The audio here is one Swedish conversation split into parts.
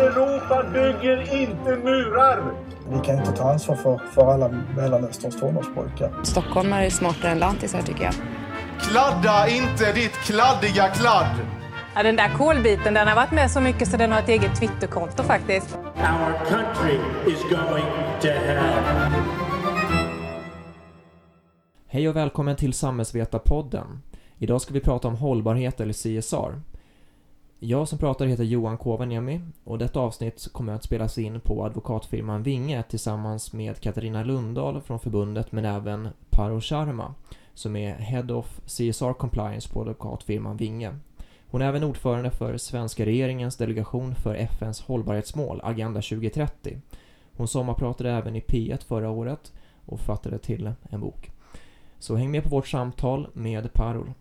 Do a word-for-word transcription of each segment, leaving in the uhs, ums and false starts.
Europa bygger inte murar. Vi kan inte ta ansvar för, för alla Mellanösterns tonårspojkar. Stockholmare är smartare än lantisar tycker jag. Kladda inte ditt kladdiga kladd. Ja, den där kolbiten, den har varit med så mycket så den har ett eget Twitterkonto faktiskt. Our country is going to hell. Hej och välkommen till Samhällsvetarpodden. Idag ska vi prata om hållbarhet eller C S R. Jag som pratar heter Johan Kovaniemi och detta avsnitt kommer att spelas in på advokatfirman Vinge tillsammans med Katarina Lundahl från förbundet, men även Parul Sharma som är Head of C S R Compliance på advokatfirman Vinge. Hon är även ordförande för svenska regeringens delegation för F N:s hållbarhetsmål, Agenda tjugo trettio. Hon sommarpratade även i P ett förra året och författade till en bok. Så häng med på vårt samtal med Parul.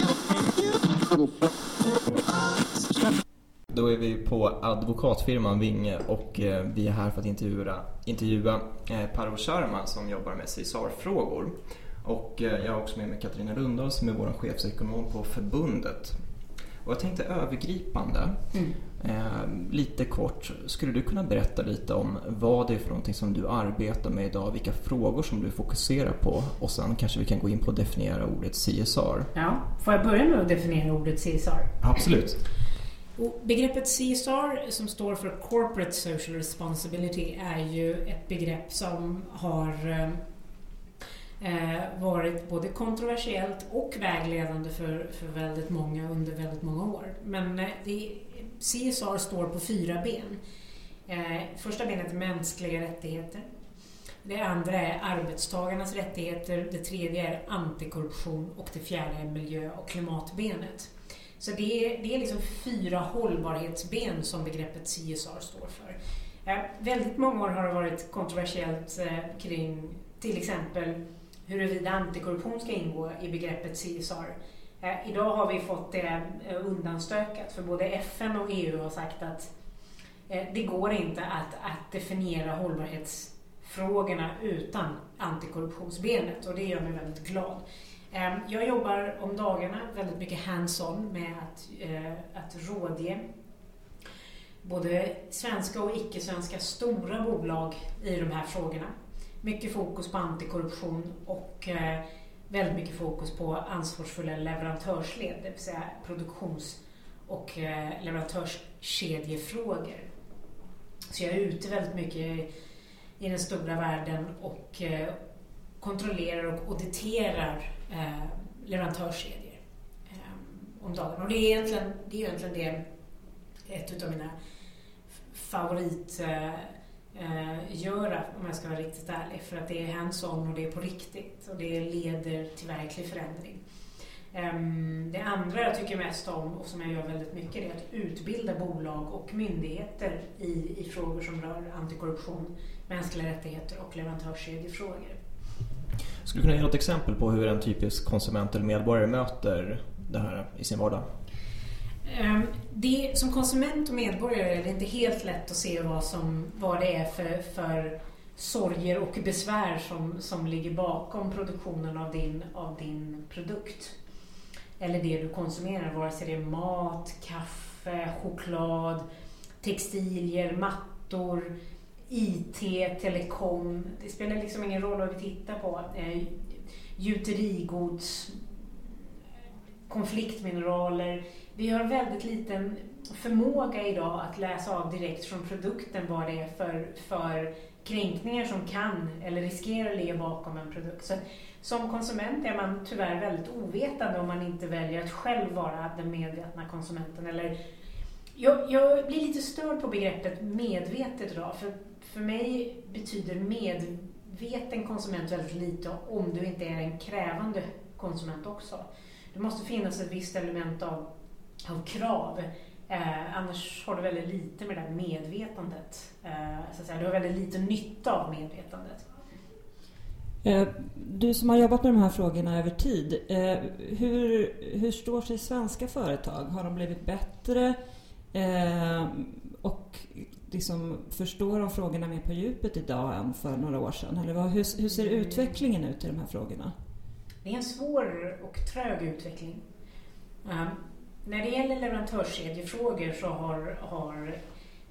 Då är vi på advokatfirman Vinge och eh, vi är här för att intervjua, intervjua eh, Parul Sharma som jobbar med C S R-frågor. Och eh, jag har också med mig Katarina Lundahl som är vår chefsekonom på förbundet. Och jag tänkte övergripande, mm. eh, lite kort, skulle du kunna berätta lite om vad det är för någonting som du arbetar med idag, vilka frågor som du fokuserar på, och sen kanske vi kan gå in på att definiera ordet C S R. Ja, får jag börja med att definiera ordet C S R? Absolut. Och begreppet C S R, som står för Corporate Social Responsibility, är ju ett begrepp som har eh, varit både kontroversiellt och vägledande för, för väldigt många under väldigt många år. Men eh, det, C S R står på fyra ben. Eh, första benet är mänskliga rättigheter. Det andra är arbetstagarnas rättigheter. Det tredje är antikorruption och det fjärde är miljö- och klimatbenet. Så det är, det är liksom fyra hållbarhetsben som begreppet C S R står för. Eh, väldigt många år har det varit kontroversiellt eh, kring till exempel huruvida antikorruption ska ingå i begreppet C S R. Eh, idag har vi fått det eh, undanstökat, för både F N och E U har sagt att eh, det går inte att, att definiera hållbarhetsfrågorna utan antikorruptionsbenet, och det gör mig väldigt glad. Jag jobbar om dagarna väldigt mycket hands-on med att, eh, att rådge både svenska och icke-svenska stora bolag i de här frågorna. Mycket fokus på antikorruption och eh, väldigt mycket fokus på ansvarsfulla leverantörsled, det vill säga produktions- och eh, leverantörskedjefrågor. Så jag är ute väldigt mycket i den stora världen och eh, kontrollerar och auditerar eh, leverantörskedjor eh, om dagen. Och det är egentligen det, är egentligen det ett av mina favorit eh, eh, göra, om jag ska vara riktigt ärlig, för att det är hands-on och det är på riktigt och det leder till verklig förändring. Eh, det andra jag tycker mest om och som jag gör väldigt mycket är att utbilda bolag och myndigheter i, i frågor som rör antikorruption, mänskliga rättigheter och leverantörskedjefrågor. Skulle du kunna ge något exempel på hur en typisk konsument eller medborgare möter det här i sin vardag? Det, som konsument och medborgare är det inte helt lätt att se vad, som, vad det är för, för sorger och besvär som, som ligger bakom produktionen av din, av din produkt. Eller det du konsumerar, vare sig det är mat, kaffe, choklad, textilier, mattor, I T, telekom. Det spelar liksom ingen roll vad vi tittar på. Eh, gjuterigods, konfliktmineraler. Vi har väldigt liten förmåga idag att läsa av direkt från produkten vad det är för, för kränkningar som kan eller riskerar ligga bakom en produkt. Så som konsument är man tyvärr väldigt ovetande om man inte väljer att själv vara den medvetna konsumenten. Eller jag, jag blir lite störd på begreppet medvetet idag, för För mig betyder medveten konsument väldigt lite om du inte är en krävande konsument också. Det måste finnas ett visst element av, av krav. Eh, annars har du väldigt lite med det här medvetandet. Eh, så att säga. Du har väldigt lite nytta av medvetandet. Eh, du som har jobbat med de här frågorna över tid. Eh, hur, hur står sig svenska företag? Har de blivit bättre? Eh, och liksom förstår de frågorna mer på djupet idag än för några år sedan? Eller vad, hur, hur ser utvecklingen ut i de här frågorna? Det är en svår och trög utveckling. Um, när det gäller leverantörskedjefrågor så har, har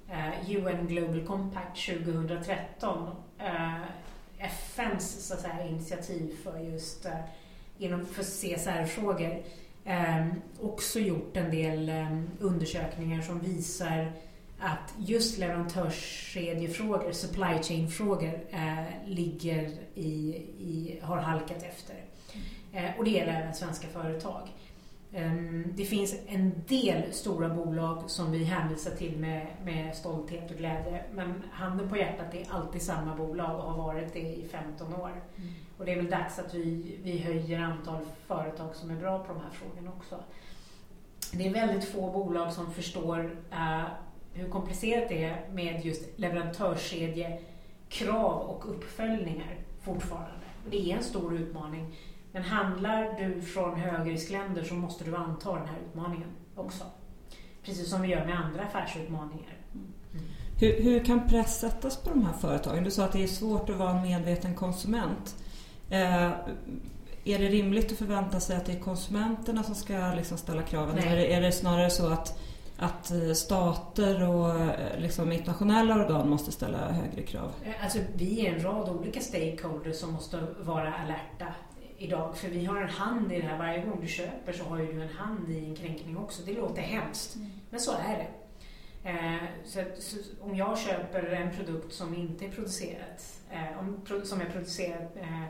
eh, U N Global Compact tjugohundratretton, eh, F N:s så att säga, initiativ för just eh, inom för C S R-frågor, eh, också gjort en del eh, undersökningar som visar att just leverantörskedjefrågor, supply chain-frågor eh, ligger i, i, har halkat efter. Eh, och det gäller även svenska företag. Eh, det finns en del stora bolag som vi hänvisar till med, med stolthet och glädje, men handen på hjärtat, det är alltid samma bolag och har varit det i femton år. Mm. Och det är väl dags att vi, vi höjer antal företag som är bra på de här frågorna också. Det är väldigt få bolag som förstår eh, hur komplicerat det är med just leverantörskedje, krav och uppföljningar fortfarande. Och det är en stor utmaning. Men handlar du från högriskländer så måste du anta den här utmaningen också. Precis som vi gör med andra affärsutmaningar. Mm. Hur, hur kan press sättas på de här företagen? Du sa att det är svårt att vara en medveten konsument. Eh, är det rimligt att förvänta sig att det är konsumenterna som ska liksom ställa kraven? Eller är det snarare så att att stater och liksom internationella organ måste ställa högre krav? Alltså, vi är en rad olika stakeholders som måste vara alerta idag. För vi har en hand i det här. Varje gång du köper så har ju du en hand i en kränkning också. Det låter hemskt, mm. men så är det. Eh, så, så om jag köper en produkt som inte är producerad, eh, om, som är producerad eh,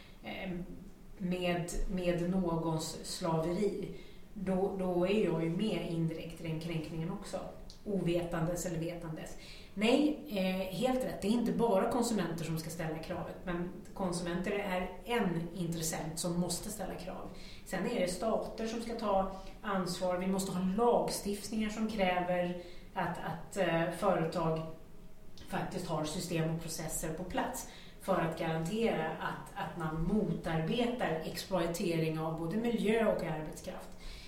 med, med någons slaveri, Då, då är jag ju med indirekt i den kränkningen också. Ovetandes eller vetandes. Nej, eh, helt rätt. Det är inte bara konsumenter som ska ställa kravet. Men konsumenter är en intressent som måste ställa krav. Sen är det stater som ska ta ansvar. Vi måste ha lagstiftningar som kräver att, att eh, företag faktiskt har system och processer på plats. För att garantera att, att man motarbetar exploatering av både miljö och arbetskraft.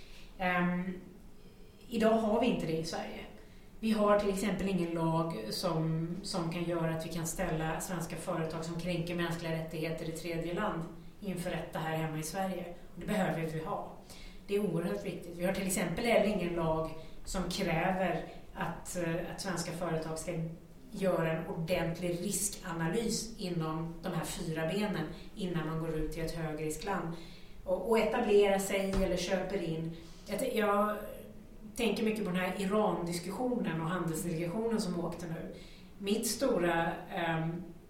Um, idag har vi inte det i Sverige. Vi har till exempel ingen lag som, som kan göra att vi kan ställa svenska företag som kränker mänskliga rättigheter i tredje land inför rätta här hemma i Sverige. Och det behöver vi ha. Det är oerhört viktigt. Vi har till exempel heller ingen lag som kräver att, att svenska företag ska göra en ordentlig riskanalys inom de här fyra benen innan man går ut till ett högriskland och, och etablera sig eller köper in. Jag, jag tänker mycket på den här Iran-diskussionen och handelsdelegationen som åkte nu. Mitt stora, eh,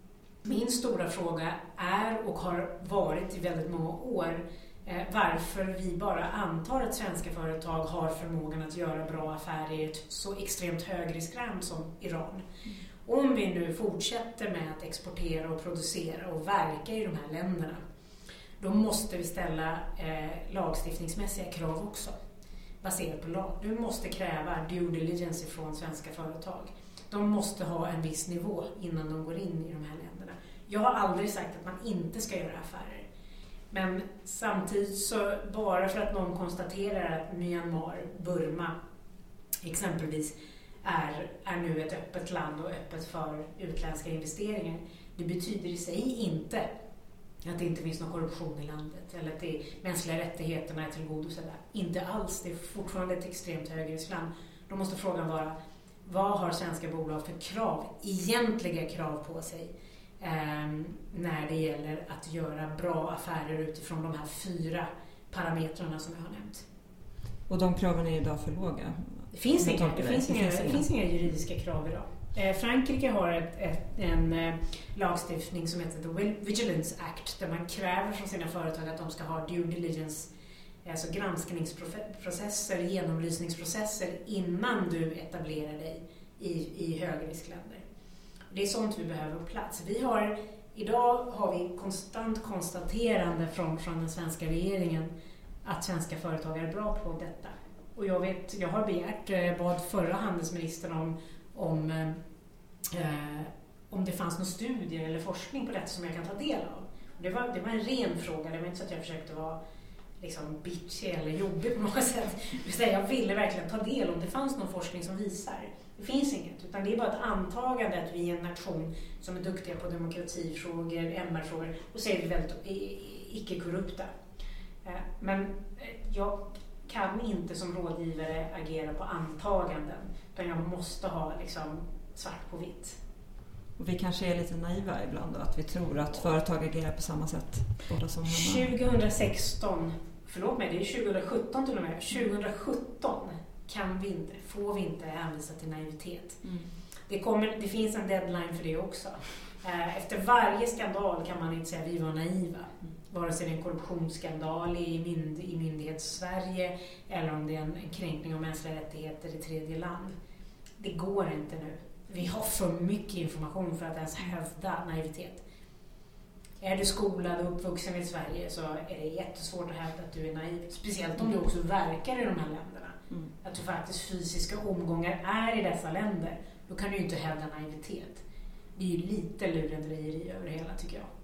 min stora fråga är och har varit i väldigt många år eh, varför vi bara antar att svenska företag har förmågan att göra bra affärer i ett så extremt högriskland som Iran. Mm. Om vi nu fortsätter med att exportera och producera och verka i de här länderna, då måste vi ställa eh, lagstiftningsmässiga krav också. Baserat på lag. Du måste kräva due diligence från svenska företag. De måste ha en viss nivå innan de går in i de här länderna. Jag har aldrig sagt att man inte ska göra affärer. Men samtidigt så, bara för att någon konstaterar att Myanmar, Burma exempelvis, är, är nu ett öppet land och öppet för utländska investeringar, det betyder i sig inte att det inte finns någon korruption i landet eller att de mänskliga rättigheterna är tillgodosedda. Inte alls, det är fortfarande ett extremt högriskland. Då måste frågan vara, vad har svenska bolag för krav, egentliga krav på sig eh, när det gäller att göra bra affärer utifrån de här fyra parametrarna som jag har nämnt. Och de kraven är idag för låga? Det finns, inga, det finns, inga, det finns inga juridiska krav idag. Eh, Frankrike har ett, ett, en eh, lagstiftning som heter The Vigilance Act där man kräver från sina företag att de ska ha due diligence, alltså granskningsprocesser, genomlysningsprocesser innan du etablerar dig i, i högriskländer. Det är sånt vi behöver på plats. Vi har, idag har vi konstant konstaterande från, från den svenska regeringen att svenska företag är bra på detta. Och jag vet, jag har begärt, bad förra handelsministern om om, eh, om det fanns någon studie eller forskning på detta som jag kan ta del av. Och det, var, det var en ren fråga, det var inte så att jag försökte vara liksom bitchy eller jobbig på något sätt. Jag ville verkligen ta del om det fanns någon forskning som visar. Det finns inget, utan det är bara ett antagande att vi är en nation som är duktiga på demokratifrågor, M R-frågor och så är vi väldigt icke-korrupta. Men jag kan inte som rådgivare agera på antaganden, utan jag måste ha liksom svart på vitt. Och vi kanske är lite naiva ibland då, att vi tror att företag agerar på samma sätt båda som hemma. tjugohundrasexton, förlåt mig, det är tjugosjutton till och med. tjugosjutton kan vi inte, får vi inte hänvisa till naivitet. Mm. Det, kommer, det finns en deadline för det också. Efter varje skandal kan man inte säga att vi var naiva. Mm. Vare sig det är en korruptionsskandal i, mynd, i myndighets-Sverige eller om det är en, en kränkning av mänskliga rättigheter i tredje land. Det går inte nu. Vi har för mycket information för att ens hävda naivitet. Är du skolad och uppvuxen i Sverige så är det jättesvårt att hävda att du är naiv. Speciellt om du också verkar i de här länderna. Mm. Att du faktiskt fysiska omgångar är i dessa länder. Då kan du ju inte hävda naivitet. Det är ju lite lurendrejeri över hela, tycker jag.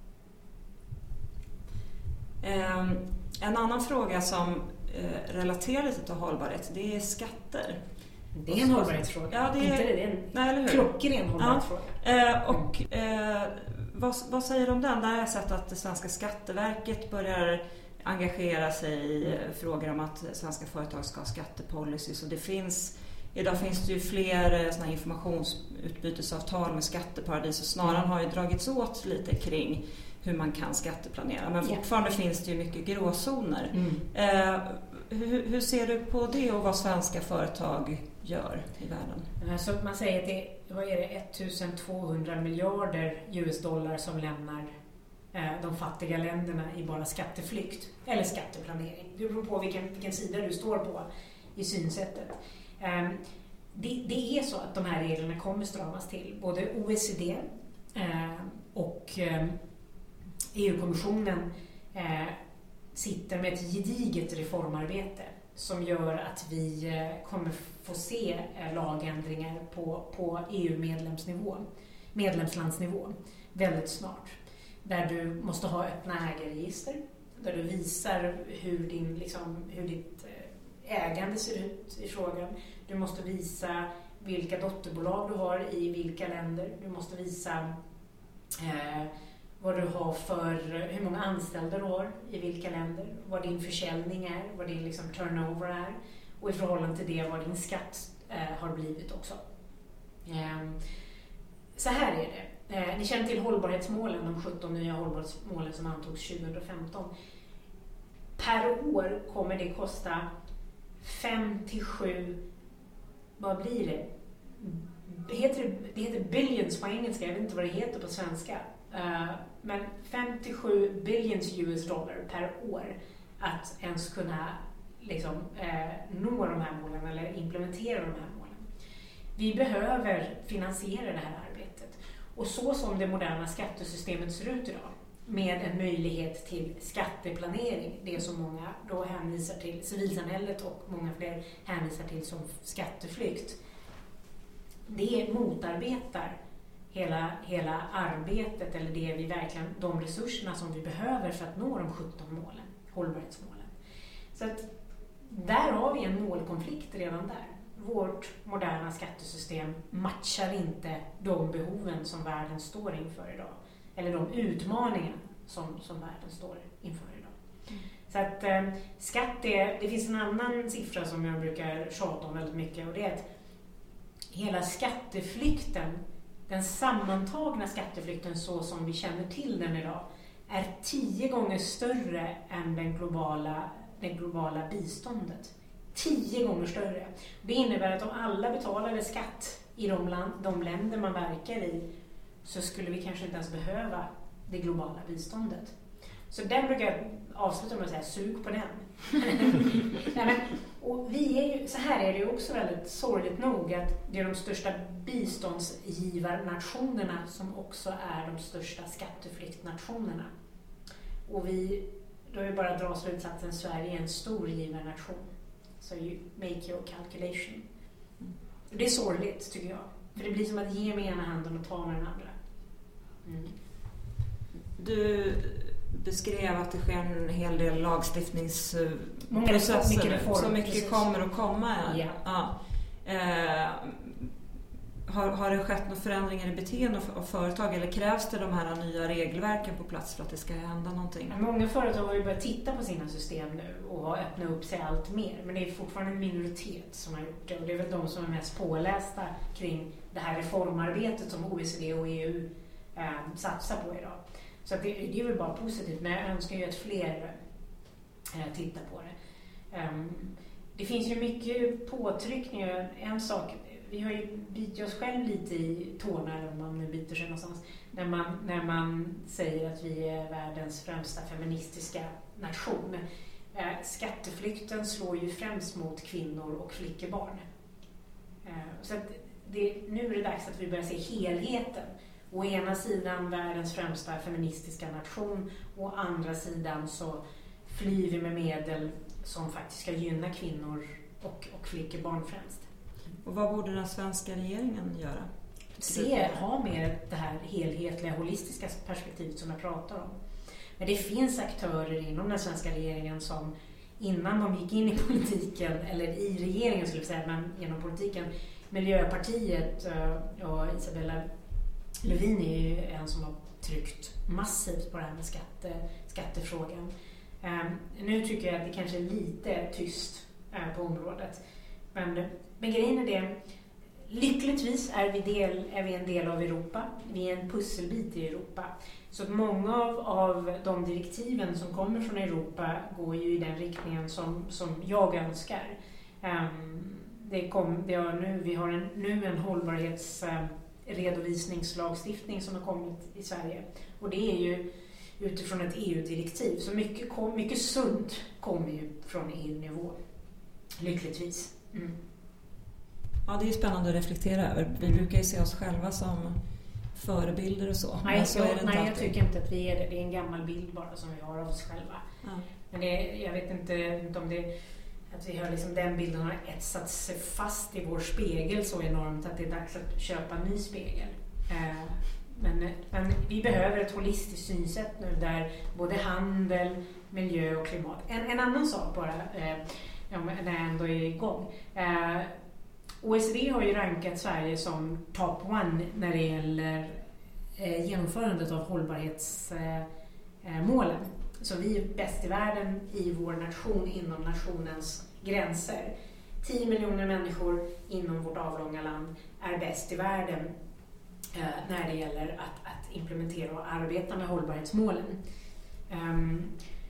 Eh, en annan fråga som eh, relaterar lite till hållbarhet, det är skatter. Det är en hållbarhetsfråga. Ja, det är, inte det, det är en nej, klockren hållbarhetsfråga. Ja. Eh, och eh, vad, vad säger du om den? Där har jag sett att det svenska Skatteverket börjar engagera sig i eh, frågor om att svenska företag ska ha skattepolicies. Och det finns, idag finns det ju fler eh, såna informationsutbytesavtal med skatteparadis, och snaran har ju dragits åt lite kring hur man kan skatteplanera. Men fortfarande yeah. finns det ju mycket gråzoner. Mm. Eh, hur, hur ser du på det och vad svenska företag gör i världen? Så man säger att det, vad är det, ettusentvåhundra miljarder U S-dollar som lämnar eh, de fattiga länderna i bara skatteflykt eller skatteplanering. Det beror på vilken, vilken sida du står på i synsättet. Eh, det, det är så att de här reglerna kommer stramas till. Både O E C D eh, och eh, E U-kommissionen eh, sitter med ett gediget reformarbete som gör att vi eh, kommer få se eh, lagändringar på, på E U-medlemsnivå, medlemslandsnivå väldigt snart. Där du måste ha öppna ägarregister, där du visar hur, din, liksom, hur ditt ägande ser ut i frågan. Du måste visa vilka dotterbolag du har i vilka länder. Du måste visa eh, vad du har för, hur många anställda du har i vilka länder, vad din försäljning är, vad din liksom turnover är, och i förhållande till det vad din skatt eh, har blivit också. Eh, så här är det. Eh, ni känner till hållbarhetsmålen, de sjutton nya hållbarhetsmålen som antogs tjugohundrafemton. Per år kommer det kosta fem till sju, vad blir det? Det heter, det heter billions på engelska, jag vet inte vad det heter på svenska. Uh, men fem till sju billions U S dollar per år att ens kunna liksom, uh, nå de här målen eller implementera de här målen. Vi behöver finansiera det här arbetet. Och så som det moderna skattesystemet ser ut idag, med en möjlighet till skatteplanering, det som många då hänvisar till, civilsamhället och många fler hänvisar till som skatteflykt, det motarbetar hela, hela arbetet eller det vi verkligen, de resurserna som vi behöver för att nå de sjutton målen, hållbarhetsmålen. Så att där har vi en målkonflikt redan där. Vårt moderna skattesystem matchar inte de behoven som världen står inför idag. Eller de utmaningar som, som världen står inför idag. Mm. Så att eh, skatt är, det finns en annan siffra som jag brukar tjata om väldigt mycket, och det är att hela skatteflykten, den sammantagna skatteflykten så som vi känner till den idag, är tio gånger större än den globala, det globala biståndet. Tio gånger större. Det innebär att om alla betalade skatt i de, land, de länder man verkar i, så skulle vi kanske inte ens behöva det globala biståndet. Så den brukar jag avsluta med att säga, sug på den. Nej, men, och vi är ju, så här är det ju också väldigt sorgligt nog att det är de största biståndsgivarnationerna som också är de största skatteflyktnationerna. Och vi, då är det bara att dra slutsatsen, Sverige är en stor givarnation. So you make your calculation. Mm. Det är sorgligt tycker jag. För det blir som att ge med ena handen och ta med den andra. Mm. Du beskrev att det sker en hel del lagstiftningsprocesser. Mycket reform, så mycket precis. Kommer att komma. Yeah. Ja. Eh, har, har det skett några förändringar i beteende av företag eller krävs det de här nya regelverken på plats för att det ska hända någonting? Många företag har ju börjat titta på sina system nu och har öppnat upp sig allt mer. Men det är fortfarande en minoritet som har gjort det. Och det är väl de som är mest pålästa kring det här reformarbetet som O E C D och E U eh, satsar på idag. Så att det, det är väl bara positivt. Men jag önskar ju att fler eh, tittar på det. Um, det finns ju mycket påtryckningar. En sak, vi har ju bitit oss själv lite i tårna, eller om man nu biter sig någonstans, när man, när man säger att vi är världens främsta feministiska nation. Eh, skatteflykten slår ju främst mot kvinnor och flickebarn. Eh, så att det, nu är det dags att vi börjar se helheten. Å ena sidan världens främsta feministiska nation, å andra sidan så flyr vi med medel som faktiskt ska gynna kvinnor och, och flickebarn främst. Och vad borde den svenska regeringen göra? Se, ha mer det här helhetliga, holistiska perspektivet som jag pratar om. Men det finns aktörer inom den svenska regeringen som innan de gick in i politiken, eller i regeringen skulle jag säga, men genom politiken, Miljöpartiet och Isabella Lövin är ju en som har tryckt massivt på det här med skatte, skattefrågan. Um, nu tycker jag att det kanske är lite tyst uh, på området. Men, men grejen är det, lyckligtvis är vi, del, är vi en del av Europa. Vi är en pusselbit i Europa. Så att många av, av de direktiven som kommer från Europa går ju i den riktningen som, som jag önskar. Um, det kom, det har nu, vi har en, nu en hållbarhetsredovisningslagstiftning som har kommit i Sverige. Och det är ju utifrån ett E U-direktiv. Så mycket, kom, mycket sunt kommer ju från E U-nivå. Lyckligtvis. Mm. Ja, det är spännande att reflektera över. Vi brukar ju se oss själva som förebilder och så. Nej, så jag, är det nej inte jag tycker inte att vi är det. Det är en gammal bild bara som vi har av oss själva. Ja. Men det, jag vet inte, inte om det att vi har liksom, den bilden har etsat sig fast i vår spegel så enormt att det är dags att köpa en ny spegel. Eh, Men, men vi behöver ett holistiskt synsätt nu där både handel, miljö och klimat. En, en annan sak bara, eh, när jag ändå är igång. Eh, O E C D har ju rankat Sverige som top one när det gäller eh, genomförandet av hållbarhetsmålen. Eh, Så vi är bäst i världen i vår nation inom nationens gränser. tio miljoner människor inom vårt avlånga land är bäst i världen när det gäller att, att implementera och arbeta med hållbarhetsmålen. Um,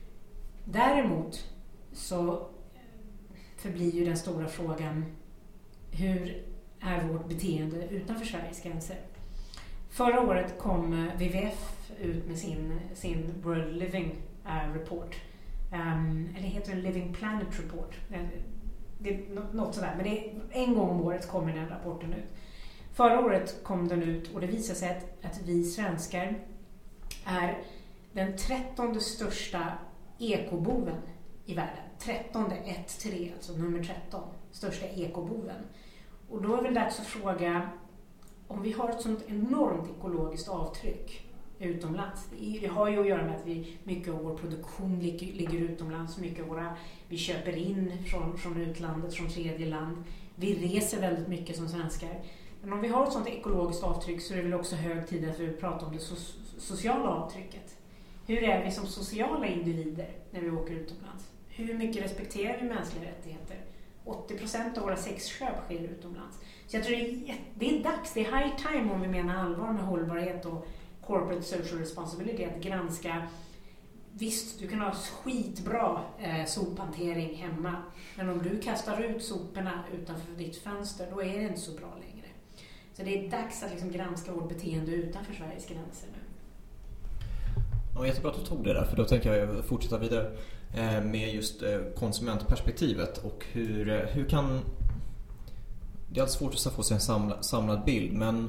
däremot så förblir ju den stora frågan, hur är vårt beteende utanför Sveriges gränser? Förra året kom W W F ut med sin, sin World Living uh, Report. Um, eller heter den Living Planet Report. Det är något sådär, men det är, en gång om året kommer den rapporten ut. Förra året kom den ut och det visar sig att, att vi svenskar är den trettonde största ekoboven i världen. trettonde, ett tre, alltså nummer tretton, största ekoboven. Och då är det väl dags att fråga, om vi har ett sånt enormt ekologiskt avtryck utomlands. Det har ju att göra med att vi, mycket av vår produktion ligger, ligger utomlands, mycket av våra, vi köper in från, från utlandet, från tredje land. Vi reser väldigt mycket som svenskar. Men om vi har ett sånt ekologiskt avtryck så är det väl också hög tid att vi pratar om det so- sociala avtrycket. Hur är vi som sociala individer när vi åker utomlands? Hur mycket respekterar vi mänskliga rättigheter? åttio procent av våra sexköp sker utomlands. Så jag tror det är, det är dags, det är high time om vi menar allvar med hållbarhet och corporate social responsibility att granska. Visst, du kan ha skitbra eh, sophantering hemma, men om du kastar ut soporna utanför ditt fönster, då är det inte så bra längre. Så det är dags att liksom granska vårt beteende utanför Sveriges gränser nu. Ja, jättebra att du tog det där, för då tänker jag fortsätta vidare med just konsumentperspektivet och hur, hur kan... Det är alltid svårt att få sig en samlad, samlad bild, men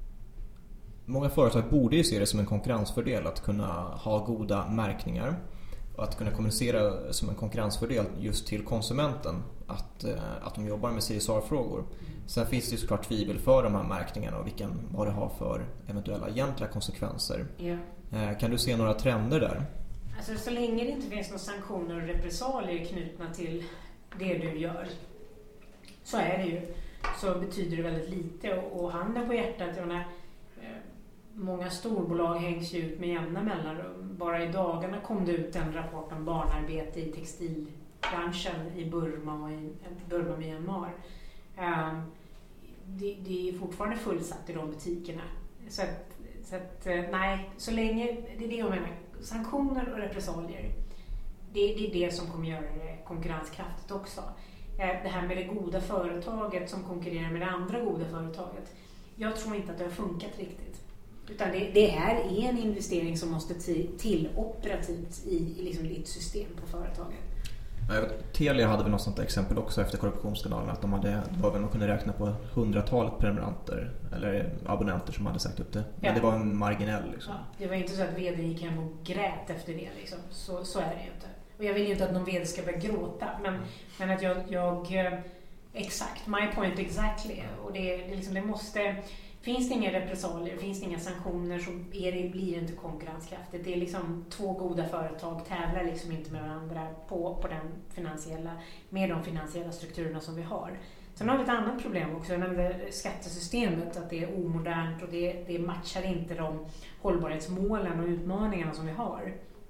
många företag borde ju se det som en konkurrensfördel att kunna ha goda märkningar och att kunna kommunicera som en konkurrensfördel just till konsumenten att, att de jobbar med C S R-frågor. Sen finns det ju såklart tvivel för de här märkningarna och vilken, vad det har för eventuella egentliga konsekvenser. Ja. Kan du se några trender där? Alltså, så länge det inte finns några sanktioner och repressalier knutna till det du gör, så är det ju så betyder det väldigt lite. Och, och handen på hjärtat, jag menar, många storbolag hängs ju ut med jämna mellanrum. Bara i dagarna kom det ut en rapport om barnarbete i textilbranschen i Burma och i Burma, Myanmar. Um, det, det är fortfarande fullsatt i de butikerna. Så att, så att nej, så länge, det är det jag menar, sanktioner och repressalier, det, det är det som kommer göra det konkurrenskraftigt också. Det här med det goda företaget som konkurrerar med det andra goda företaget, jag tror inte att det har funkat riktigt. Utan det, det här är en investering som måste till, till operativt i, i liksom ditt system på företaget. Jag vet, Telia hade väl något sånt exempel också efter korruptionsskandalen, att de hade, det var väl, de kunde räkna på hundratalet prenumeranter eller abonnenter som hade sagt upp det. Men ja. Det var en marginell liksom. Ja, det var inte så att vd gick hem och grät efter det liksom. Så, så är det ju inte. Och jag vill ju inte att någon vd ska börja gråta, men, mm. men att jag, jag exakt, my point exactly. Och det, det, liksom, det måste, finns det inga repressalier, finns det inga sanktioner, så är det, blir det inte konkurrenskraftigt. Det är liksom två goda företag tävlar liksom inte med varandra på, på den finansiella, med de finansiella strukturerna som vi har. Sen har vi ett annat problem också, nämligen skattesystemet, att det är omodernt och det, det matchar inte de hållbarhetsmålen och utmaningarna som vi har.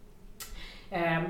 Um,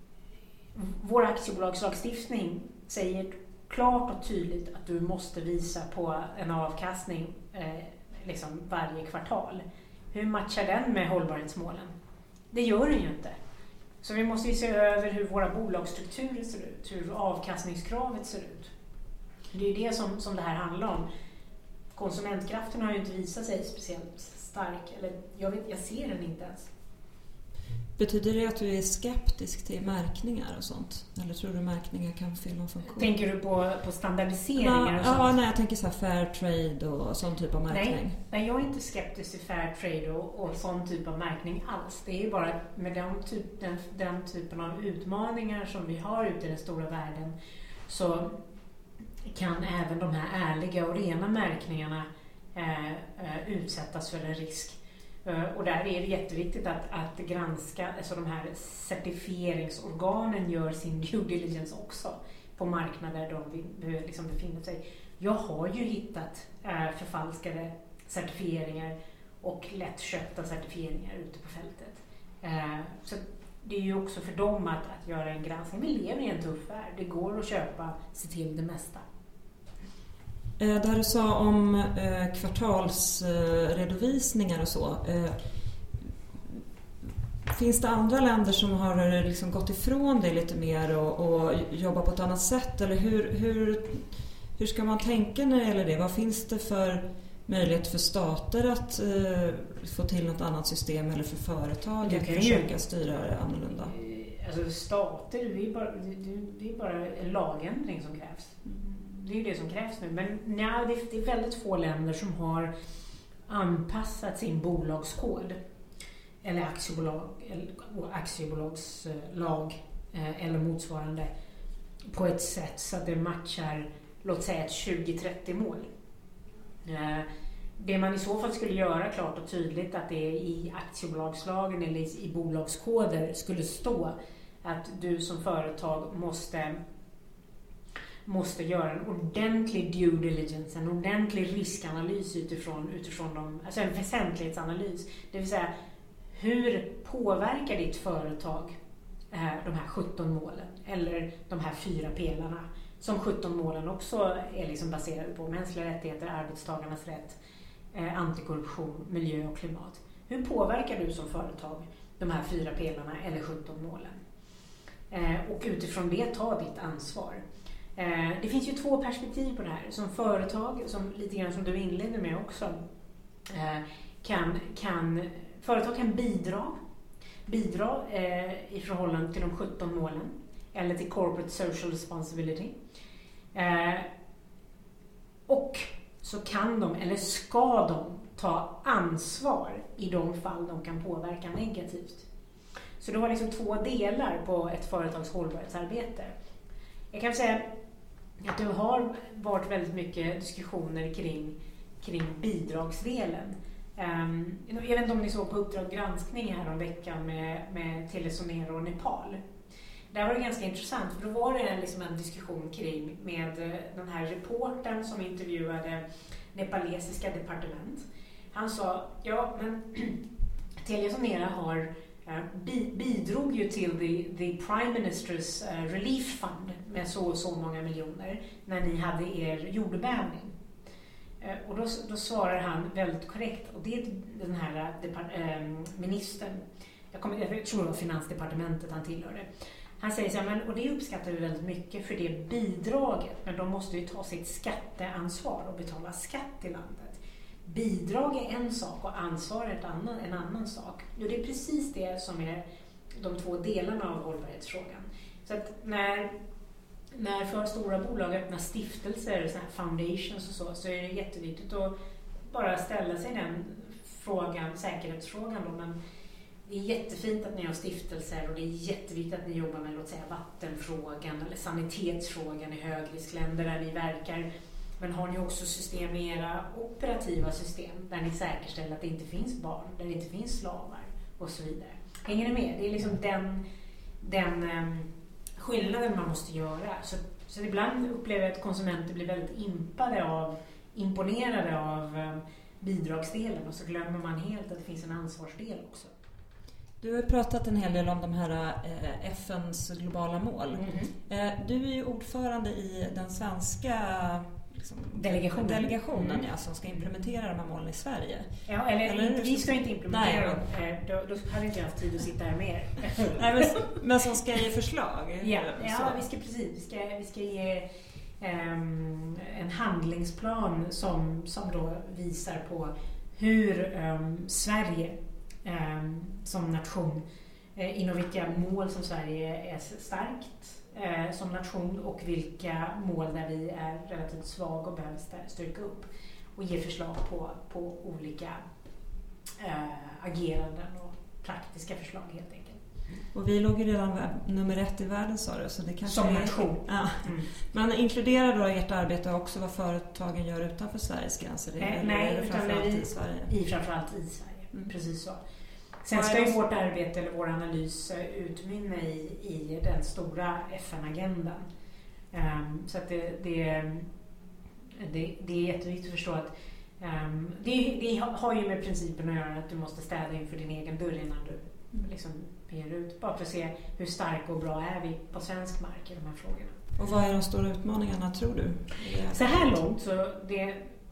vår aktiebolagslagstiftning säger klart och tydligt att du måste visa på en avkastning eh, liksom varje kvartal. Hur matchar den med hållbarhetsmålen? Det gör den ju inte. Så vi måste ju se över hur våra bolagsstrukturer ser ut, hur avkastningskravet ser ut. Det är det som, som det här handlar om. Konsumentkraften har ju inte visat sig speciellt stark, eller jag, vet, jag ser den inte ens. Betyder det att du är skeptisk till märkningar och sånt? Eller tror du märkningar kan fylla en funktion? Tänker du på, på standardiseringar ja, och sånt? Ja, nej, jag tänker så här fair trade och sån typ av märkning. Nej, nej, jag är inte skeptisk till fair trade och, och sån typ av märkning alls. Det är ju bara med den, typ, den, den typen av utmaningar som vi har ute i den stora världen, så kan även de här ärliga och rena märkningarna eh, eh, utsättas för en risk. Och där är det jätteviktigt att, att granska, alltså de här certifieringsorganen gör sin due diligence också på marknader de liksom befinner sig. Jag har ju hittat äh, förfalskade certifieringar och lättköpta certifieringar ute på fältet. Äh, så det är ju också för dem att, att göra en granskning. Vi lever i en tuff värld. Det går att köpa sig till det mesta. Det här du sa om eh, kvartalsredovisningar och så. Eh, finns det andra länder som har liksom gått ifrån det lite mer och, och jobbar på ett annat sätt? Eller hur, hur, hur ska man tänka när det gäller det? Vad finns det för möjlighet för stater att eh, få till något annat system, eller för företag att försöka ju styra det annorlunda? Alltså stater, det är bara, det, det är bara en lagändring som krävs. Det är ju det som krävs nu. Men nej, det är väldigt få länder som har anpassat sin bolagskod eller aktiebolag eller aktiebolagslag eller motsvarande på ett sätt så att det matchar, låt säga, ett tjugo trettio mål. Det man i så fall skulle göra klart och tydligt, att det i aktiebolagslagen eller i bolagskoder skulle stå att du som företag måste måste göra en ordentlig due diligence, en ordentlig riskanalys utifrån, utifrån de, alltså en väsentlighetsanalys. Det vill säga, hur påverkar ditt företag eh, de här sjutton målen eller de här fyra pelarna, som sjutton målen också är liksom baserade på: mänskliga rättigheter, arbetstagarnas rätt, eh, antikorruption, miljö och klimat. Hur påverkar du som företag de här fyra pelarna eller sjutton målen? Eh, och utifrån det ta ditt ansvar. Det finns ju två perspektiv på det här. Som företag, som lite grann som du inledde med också, kan, kan, företag kan bidra, bidra eh, i förhållande till de sjutton målen eller till corporate social responsibility. Eh, och så kan de, eller ska de, ta ansvar i de fall de kan påverka negativt. Så det var liksom två delar på ett företags hållbarhetsarbete. Jag kan säga att det har varit väldigt mycket diskussioner kring, kring bidragsdelen. Um, jag vet inte om ni såg på Uppdrag granskning här om veckan med, med Tele Sonera och Nepal. där var det ganska intressant, för då var det liksom en diskussion kring med den här reportern som intervjuade nepalesiska departement. Han sa, ja men Telia Sonera har bi- bidrog ju till the, the Prime Minister's uh, Relief Fund med så och så många miljoner när ni hade er jordbävning. Uh, och då, då svarar han väldigt korrekt, och det är den här depart- äh, ministern, jag, kommer, jag tror det var finansdepartementet han tillhörde. Han säger så här, men, och det uppskattar vi väldigt mycket för det bidraget, men de måste ju ta sitt skatteansvar och betala skatt i landet. Bidrag är en sak och ansvar är ett annan, en annan sak. Jo, det är precis det som är de två delarna av hållbarhetsfrågan. Så att när, när för stora bolag öppnar stiftelser, så här foundations och så, så är det jätteviktigt att bara ställa sig den frågan, säkerhetsfrågan då, men det är jättefint att ni har stiftelser och det är jätteviktigt att ni jobbar med, låt säga, vattenfrågan eller sanitetsfrågan i högriskländer där ni verkar. Men har ni också system i era operativa system där ni säkerställer att det inte finns barn, där det inte finns slavar och så vidare. Hänger ni med? Det är liksom den, den um, skillnaden man måste göra. Så, så ibland upplever jag att konsumenter blir väldigt impade av, imponerade av um, bidragsdelen, och så glömmer man helt att det finns en ansvarsdel också. Du har pratat en hel del om de här eh, F N:s globala mål. Mm-hmm. Eh, du är ju ordförande i den svenska liksom, delegationen, delegationen mm. ja, som ska implementera de här målen i Sverige. Ja, eller, eller inte, vi ska inte implementera dem. Nej, då, då hade inte jag haft tid att sitta här mer. Nej, men, men som ska ge förslag. Ja, ja vi ska precis. Vi ska, vi ska ge um, en handlingsplan som, som då visar på hur um, Sverige um, som nation, eh, inom vilka mål som Sverige är starkt eh, som nation och vilka mål där vi är relativt svaga och behöver styrka upp, och ge förslag på, på olika eh, ageranden och praktiska förslag helt enkelt. Och vi låg ju redan nummer ett i världen, sa du, så det kanske som är... nation. Ja. Mm. Man inkluderar då ert arbete också vad företagen gör utanför Sveriges gränser? Nej, eller nej är det framförallt i, i Sverige? I framförallt i Sverige, mm. precis så. Sen Vad ska ju det... vårt arbete eller vår analys utmynna i, i den stora F N-agendan. Um, så att det, det, det, det är jätteviktigt att förstå att um, det, det har ju med principen att göra att du måste städa inför din egen dörr innan du liksom ger ut. Bara för att se hur starka och bra är vi på svensk mark i de här frågorna. Och vad är de stora utmaningarna, tror du? Så här långt så det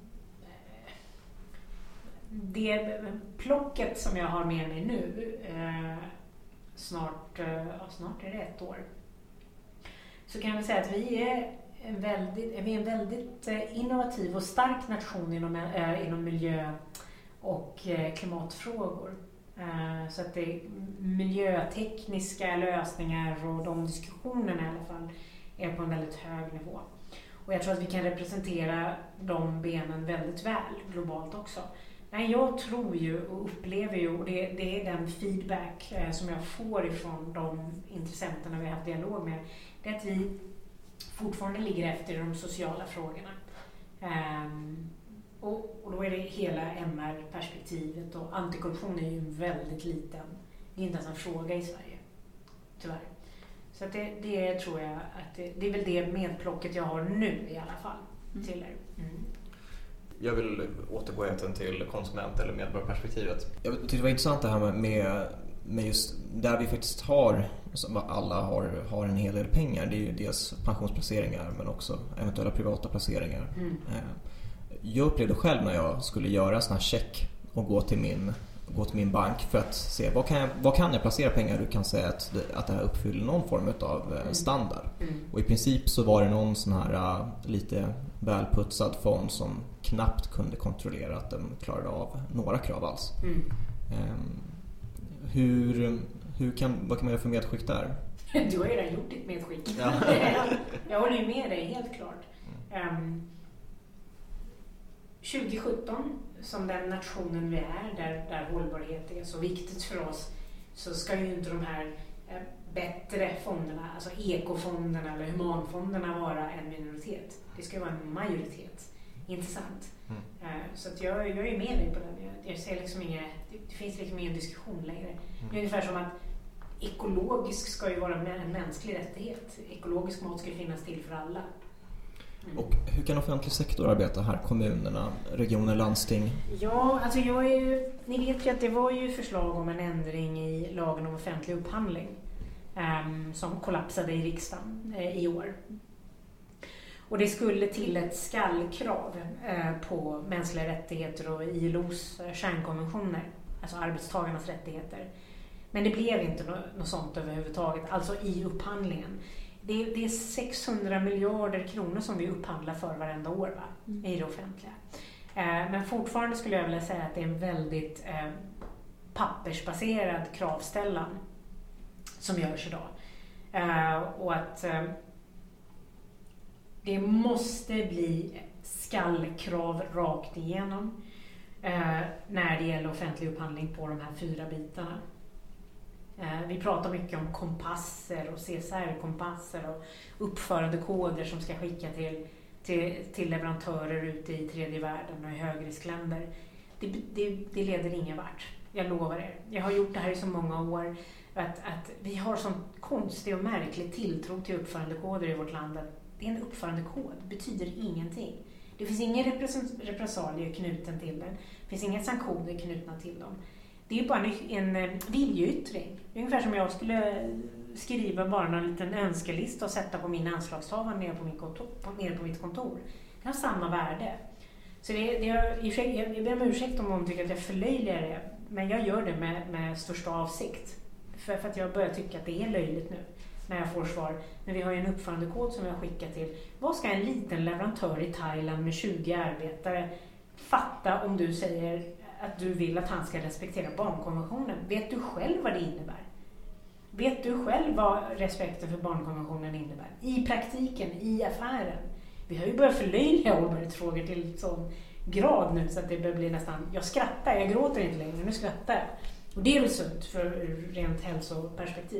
det plocket som jag har med mig nu eh, snart, eh, snart är det ett år, så kan jag säga att vi är en väldigt, vi är en väldigt innovativ och stark nation inom, eh, inom miljö- och eh, klimatfrågor. Eh, så att det är miljötekniska lösningar och de diskussionerna i alla fall är på en väldigt hög nivå. Och jag tror att vi kan representera de benen väldigt väl globalt också. Nej, jag tror ju och upplever ju, och det, det är den feedback eh, som jag får ifrån de intressenterna vi har haft dialog med, det är att vi fortfarande ligger efter i de sociala frågorna. Um, och, och då är det hela M R-perspektivet, och antikorruption är ju en väldigt liten, det är inte ens en fråga i Sverige, tyvärr. Så att det, det tror jag att det, det är väl det medplocket jag har nu i alla fall till er. Mm. Jag vill återgå egentligen till konsument- eller medborgarperspektivet. Jag tyckte det var intressant det här med, med just där vi faktiskt har, som alla har, har en hel del pengar. Det är ju dels pensionsplaceringar men också eventuella privata placeringar. Mm. Jag upplevde själv när jag skulle göra en sån här check och gå till min, gå till min bank för att se vad kan jag, vad kan jag placera pengar. Du kan säga att det, att det här uppfyller någon form av standard. Mm. Och i princip så var det någon sån här lite välputsad fond som knappt kunde kontrollera att den klarade av några krav alls. Mm. Um, hur, hur kan, vad kan man göra för medskick där? Du har ju redan gjort ditt medskick. Ja. Jag håller ju med dig, helt klart. Um, tjugo sjutton, som den nationen vi är, där, där hållbarhet är så viktigt för oss, så ska ju inte de här eh, bättre fonderna, alltså ekofonderna eller humanfonderna, vara en minoritet. Det ska vara en majoritet. Intressant. Mm. Uh, så att jag, jag är med dig på den. Jag, jag ser liksom inga, det, det finns liksom ingen diskussion längre. Mm. Det är ungefär som att ekologisk ska ju vara en mänsklig rättighet. Ekologisk mat ska finnas till för alla. Mm. Och hur kan offentlig sektor arbeta här? Kommunerna, regioner, landsting? Ja, alltså jag är ju, ni vet ju att det var ju förslag om en ändring i lagen om offentlig upphandling um, som kollapsade i riksdagen uh, i år. Och det skulle till ett skallkrav uh, på mänskliga rättigheter och I L O:s uh, kärnkonventioner, alltså arbetstagarnas rättigheter. Men det blev inte något, något sånt överhuvudtaget, alltså i upphandlingen. Det är, det är sexhundra miljarder kronor som vi upphandlar för varenda år, va? Mm. I det offentliga. Eh, men fortfarande skulle jag vilja säga att det är en väldigt eh, pappersbaserad kravställan som görs idag. Eh, och att eh, det måste bli skallkrav rakt igenom eh, när det gäller offentlig upphandling på de här fyra bitarna. Vi pratar mycket om kompasser och C S R-kompasser och uppförandekoder som ska skicka till, till, till leverantörer ute i tredje världen och i högriskländer. Det, det, det leder ingen vart, jag lovar er. Jag har gjort det här i så många år att, att vi har sån konstig och märklig tilltro till uppförandekoder i vårt land. Att det är en uppförandekod, betyder ingenting. Det finns ingen repressalier knuten till den, det finns inga sanktioner knutna till dem. Det är ju bara en, en viljeyttring. Ungefär som jag skulle skriva bara någon liten önskelista och sätta på min anslagstavla nere på, min kontor, nere på mitt kontor. Det har samma värde. Så det, det är, jag ber om ursäkt om någon tycker att jag förlöjligar det. Men jag gör det med, med största avsikt. För, för att jag börjar tycka att det är löjligt nu. När jag får svar. Men vi har ju en uppförandekod som jag skickar till. Vad ska en liten leverantör i Thailand med tjugo arbetare fatta om du säger att du vill att han ska respektera barnkonventionen? Vet du själv vad det innebär? Vet du själv vad respekten för barnkonventionen innebär? I praktiken, i affären. Vi har ju börjat förlöjliga hållbarhetsfrågor till sån grad nu så att det börjar bli nästan, jag skrattar, jag gråter inte längre, nu skrattar jag. Och det är väl sunt för rent hälsoperspektiv.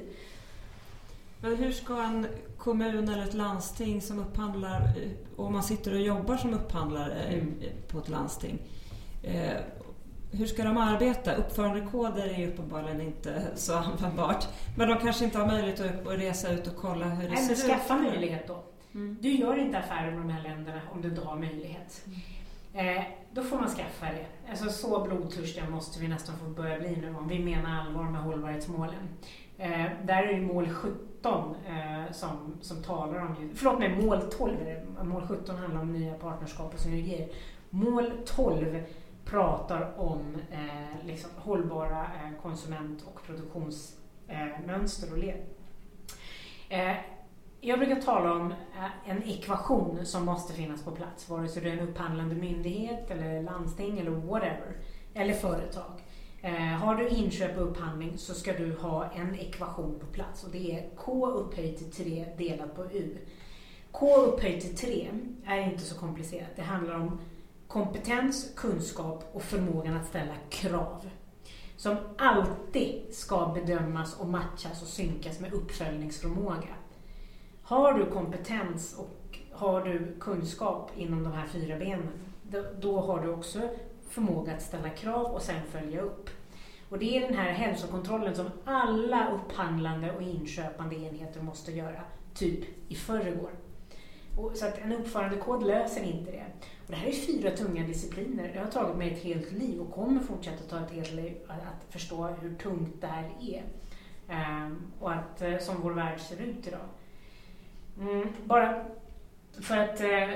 Men hur ska en kommun eller ett landsting som upphandlar, om man sitter och jobbar som upphandlare mm. på ett landsting, eh, hur ska de arbeta? Uppförandekoder är ju uppenbarligen inte så användbart. Men de kanske inte har möjlighet att resa ut och kolla hur det Nej, ser ut. Skaffa möjlighet då. Mm. Du gör inte affärer med de här länderna om du inte har möjlighet. Mm. Eh, då får man skaffa det. Alltså så blodtörstiga måste vi nästan få börja bli nu om vi menar allvar med hållbarhetsmålen. Eh, där är det mål sjutton eh, som, som talar om, förlåt mig, mål tolv. Mål sjutton handlar om nya partnerskap och synergier. Mål tolv pratar om eh, liksom hållbara eh, konsument- och produktionsmönster eh, och led. Eh, jag brukar tala om eh, en ekvation som måste finnas på plats, vare sig det är en upphandlande myndighet eller landsting eller whatever, eller företag. Eh, har du inköp och upphandling så ska du ha en ekvation på plats och det är K upphöjt till tre delat på U. K upphöjt till tre är inte så komplicerat. Det handlar om kompetens, kunskap och förmågan att ställa krav. Som alltid ska bedömas och matchas och synkas med uppföljningsförmåga. Har du kompetens och har du kunskap inom de här fyra benen, då, då har du också förmåga att ställa krav och sen följa upp. Och det är den här hälsokontrollen som alla upphandlande och inköpande enheter måste göra, typ i förrgår. Och så att en uppförandekod löser inte det. Och det här är fyra tunga discipliner. Det har tagit mig ett helt liv och kommer fortsätta ta ett helt liv att förstå hur tungt det här är. Um, och att uh, som vår värld ser ut idag. Mm, bara för att uh,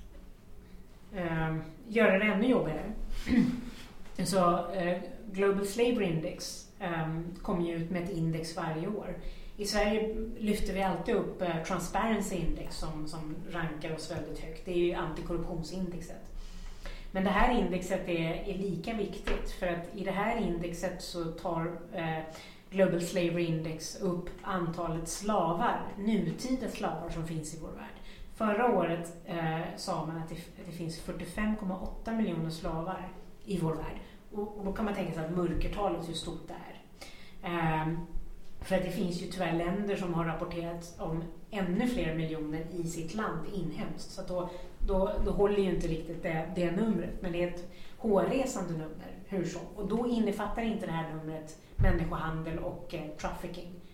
uh, göra det ännu jobbigare. så uh, Global Slavery Index um, kommer ju ut med ett index varje år. I Sverige lyfter vi alltid upp uh, Transparency Index som, som rankar oss väldigt högt. Det är ju antikorruptionsindexet. Men det här indexet är, är lika viktigt för att i det här indexet så tar uh, Global Slavery Index upp antalet slavar, nutida slavar som finns i vår värld. Förra året uh, sa man att det, det finns fyrtiofem komma åtta miljoner slavar i vår värld. Och, och då kan man tänka sig att mörkertalet hur stort det är. Um, För att det finns ju tyvärr länder som har rapporterat om ännu fler miljoner i sitt land inhemskt. Så att då, då, då håller ju inte riktigt det, det numret. Men det är ett hårresande nummer, hur så. Och då innefattar inte det här numret människohandel och eh, trafficking.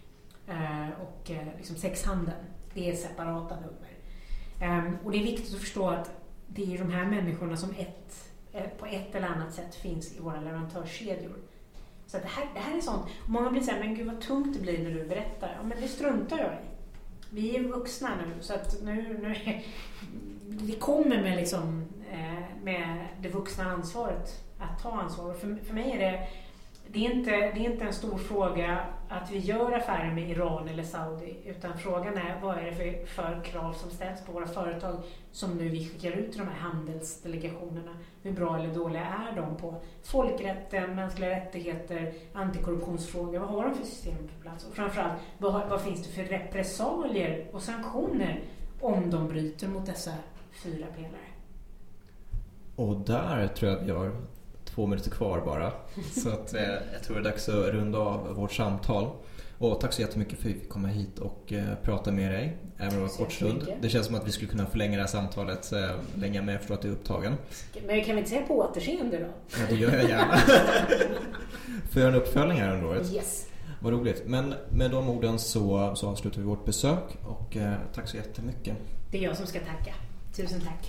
eh, och eh, liksom sexhandeln. Det är separata nummer. Um, och det är viktigt att förstå att det är de här människorna som ett, eh, på ett eller annat sätt finns i våra leverantörskedjor. Så att det, här, det här är sånt. Många blir så här, men gud vad tungt det blir när du berättar. Ja, men det struntar jag i. Vi är vuxna nu, så att nu, nu det kommer med, liksom, eh, med det vuxna ansvaret att ta ansvar. För, för mig är det, det, är inte, det är inte en stor fråga att vi gör affärer med Iran eller Saudi, utan frågan är vad är det för, för krav som ställs på våra företag som nu vi skickar ut till de här handelsdelegationerna. Hur bra eller dåliga är de på folkrätten, mänskliga rättigheter, antikorruptionsfrågor? Vad har de för system på plats? Och framförallt, vad, vad finns det för repressalier och sanktioner om de bryter mot dessa fyra pelare? Och där tror jag vi har två minuter kvar bara. Så att, eh, jag tror det är dags att runda av vårt samtal. Och tack så jättemycket för att vi fick komma hit och eh, prata med dig. Även om en kort stund. Det känns som att vi skulle kunna förlänga det här samtalet eh, länge, men jag förstår att du är upptagen. Men kan vi inte säga på återseende då? Ja, det gör jag gärna. För en uppföljning här under året. Yes. Vad roligt. Men med de orden så, så avslutar vi vårt besök. Och eh, tack så jättemycket. Det är jag som ska tacka. Tusen tack.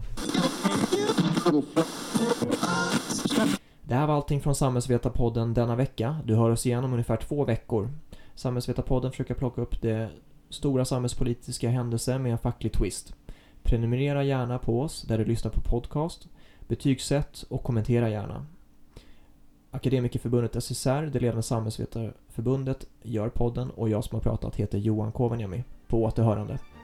Det här var allting från Samhällsvetarpodden denna vecka. Du hör oss igen om ungefär två veckor. Samhällsvetarpodden försöker plocka upp det stora samhällspolitiska händelser med en facklig twist. Prenumerera gärna på oss där du lyssnar på podcast. Betygsätt och kommentera gärna. Akademikerförbundet S S R, det ledande samhällsvetarförbundet, gör podden och jag som har pratat heter Johan Kovaniemi. På återhörande.